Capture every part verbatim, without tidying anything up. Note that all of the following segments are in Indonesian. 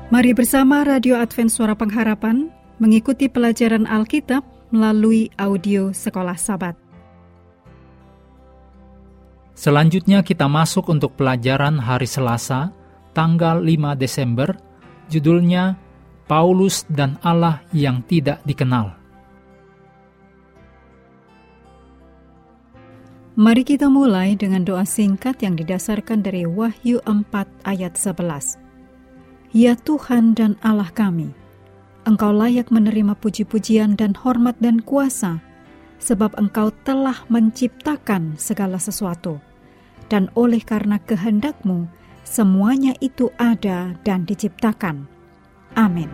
Mari bersama Radio Advent Suara Pengharapan mengikuti pelajaran Alkitab melalui audio Sekolah Sabat. Selanjutnya kita masuk untuk pelajaran hari Selasa, tanggal lima Desember, judulnya Paulus dan Allah yang Tidak Dikenal. Mari kita mulai dengan doa singkat yang didasarkan dari Wahyu empat ayat sebelas. Ya Tuhan dan Allah kami, Engkau layak menerima puji-pujian dan hormat dan kuasa, sebab Engkau telah menciptakan segala sesuatu, dan oleh karena kehendak-Mu, semuanya itu ada dan diciptakan. Amin.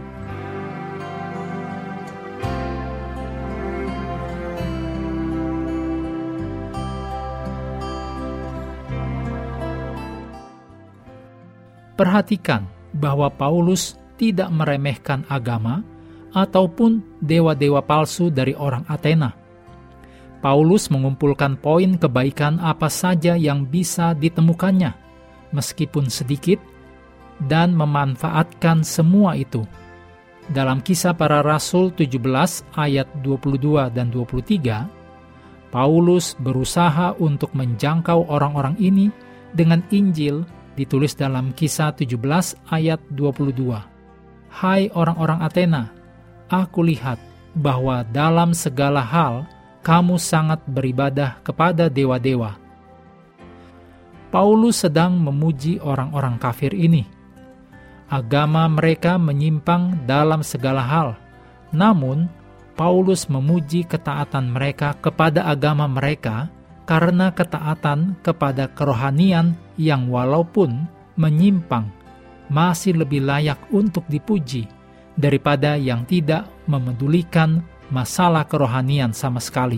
Perhatikan bahwa Paulus tidak meremehkan agama ataupun dewa-dewa palsu dari orang Athena. Paulus mengumpulkan poin kebaikan apa saja yang bisa ditemukannya, meskipun sedikit, dan memanfaatkan semua itu. Dalam Kisah Para Rasul tujuh belas ayat dua puluh dua dan dua puluh tiga, Paulus berusaha untuk menjangkau orang-orang ini dengan Injil ditulis dalam Kisah tujuh belas ayat dua puluh dua. Hai orang-orang Athena, aku lihat bahwa dalam segala hal kamu sangat beribadah kepada dewa-dewa. Paulus sedang memuji orang-orang kafir ini. Agama mereka menyimpang dalam segala hal, namun Paulus memuji ketaatan mereka kepada agama mereka karena ketaatan kepada kerohanian yang walaupun menyimpang masih lebih layak untuk dipuji daripada yang tidak memedulikan masalah kerohanian sama sekali.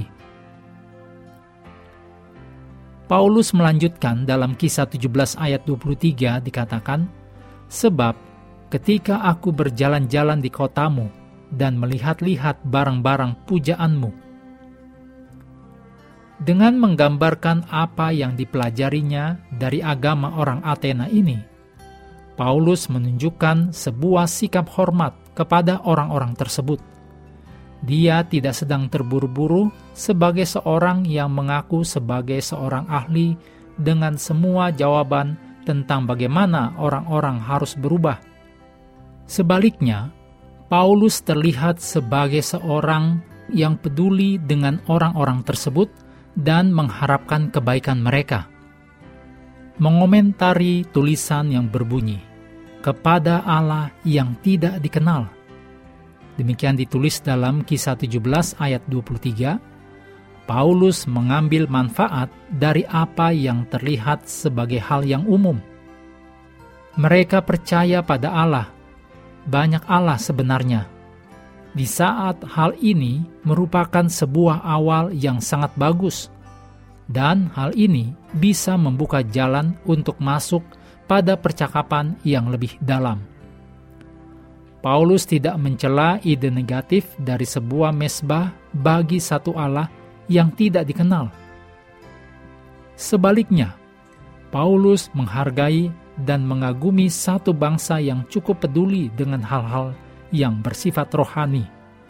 Paulus melanjutkan dalam Kisah tujuh belas ayat dua puluh tiga dikatakan, sebab ketika aku berjalan-jalan di kotamu dan melihat-lihat barang-barang pujaanmu. Dengan menggambarkan apa yang dipelajarinya dari agama orang Athena ini, Paulus menunjukkan sebuah sikap hormat kepada orang-orang tersebut. Dia tidak sedang terburu-buru sebagai seorang yang mengaku sebagai seorang ahli dengan semua jawaban tentang bagaimana orang-orang harus berubah. Sebaliknya, Paulus terlihat sebagai seorang yang peduli dengan orang-orang tersebut dan mengharapkan kebaikan mereka. Mengomentari tulisan yang berbunyi, kepada Allah yang tidak dikenal. Demikian ditulis dalam Kisah tujuh belas ayat dua puluh tiga. Paulus mengambil manfaat dari apa yang terlihat sebagai hal yang umum. Mereka percaya pada Allah. Banyak Allah sebenarnya. Di saat hal ini merupakan sebuah awal yang sangat bagus, dan hal ini bisa membuka jalan untuk masuk pada percakapan yang lebih dalam. Paulus tidak mencela ide negatif dari sebuah mezbah bagi satu Allah yang tidak dikenal. Sebaliknya, Paulus menghargai dan mengagumi satu bangsa yang cukup peduli dengan hal-hal yang bersifat rohani,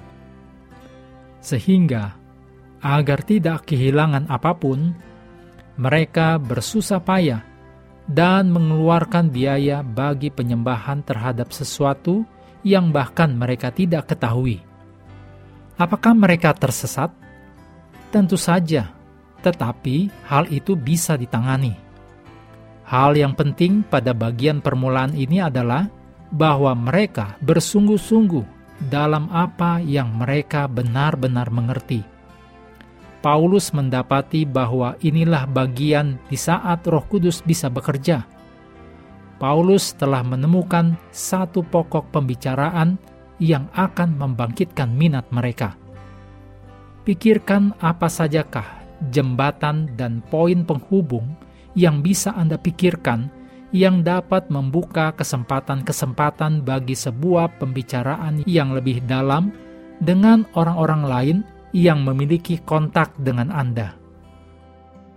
sehingga agar tidak kehilangan apapun, mereka bersusah payah dan mengeluarkan biaya bagi penyembahan terhadap sesuatu yang bahkan mereka tidak ketahui. Apakah mereka tersesat? Tentu saja, tetapi hal itu bisa ditangani. Hal yang penting pada bagian permulaan ini adalah bahwa mereka bersungguh-sungguh dalam apa yang mereka benar-benar mengerti. Paulus mendapati bahwa inilah bagian di saat Roh Kudus bisa bekerja. Paulus telah menemukan satu pokok pembicaraan yang akan membangkitkan minat mereka. Pikirkan apa sajakah jembatan dan poin penghubung yang bisa Anda pikirkan yang dapat membuka kesempatan-kesempatan bagi sebuah pembicaraan yang lebih dalam dengan orang-orang lain yang memiliki kontak dengan Anda.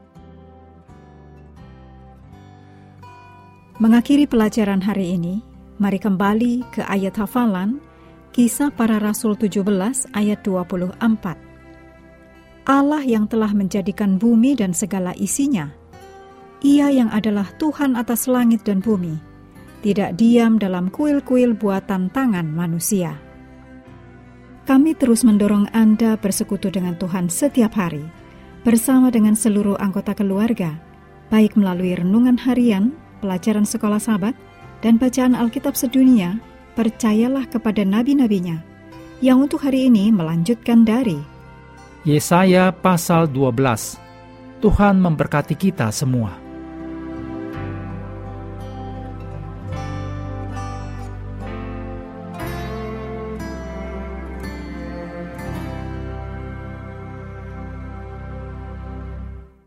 Mengakhiri pelajaran hari ini, Mari kembali ke ayat hafalan, Kisah Para Rasul tujuh belas ayat dua puluh empat. Allah yang telah menjadikan bumi dan segala isinya, Ia yang adalah Tuhan atas langit dan bumi, tidak diam dalam kuil-kuil buatan tangan manusia. Kami terus mendorong Anda bersekutu dengan Tuhan setiap hari, bersama dengan seluruh anggota keluarga, baik melalui renungan harian, pelajaran sekolah Sabat, dan bacaan Alkitab sedunia. Percayalah kepada nabi-nabinya, yang untuk hari ini melanjutkan dari Yesaya pasal dua belas. Tuhan memberkati kita semua.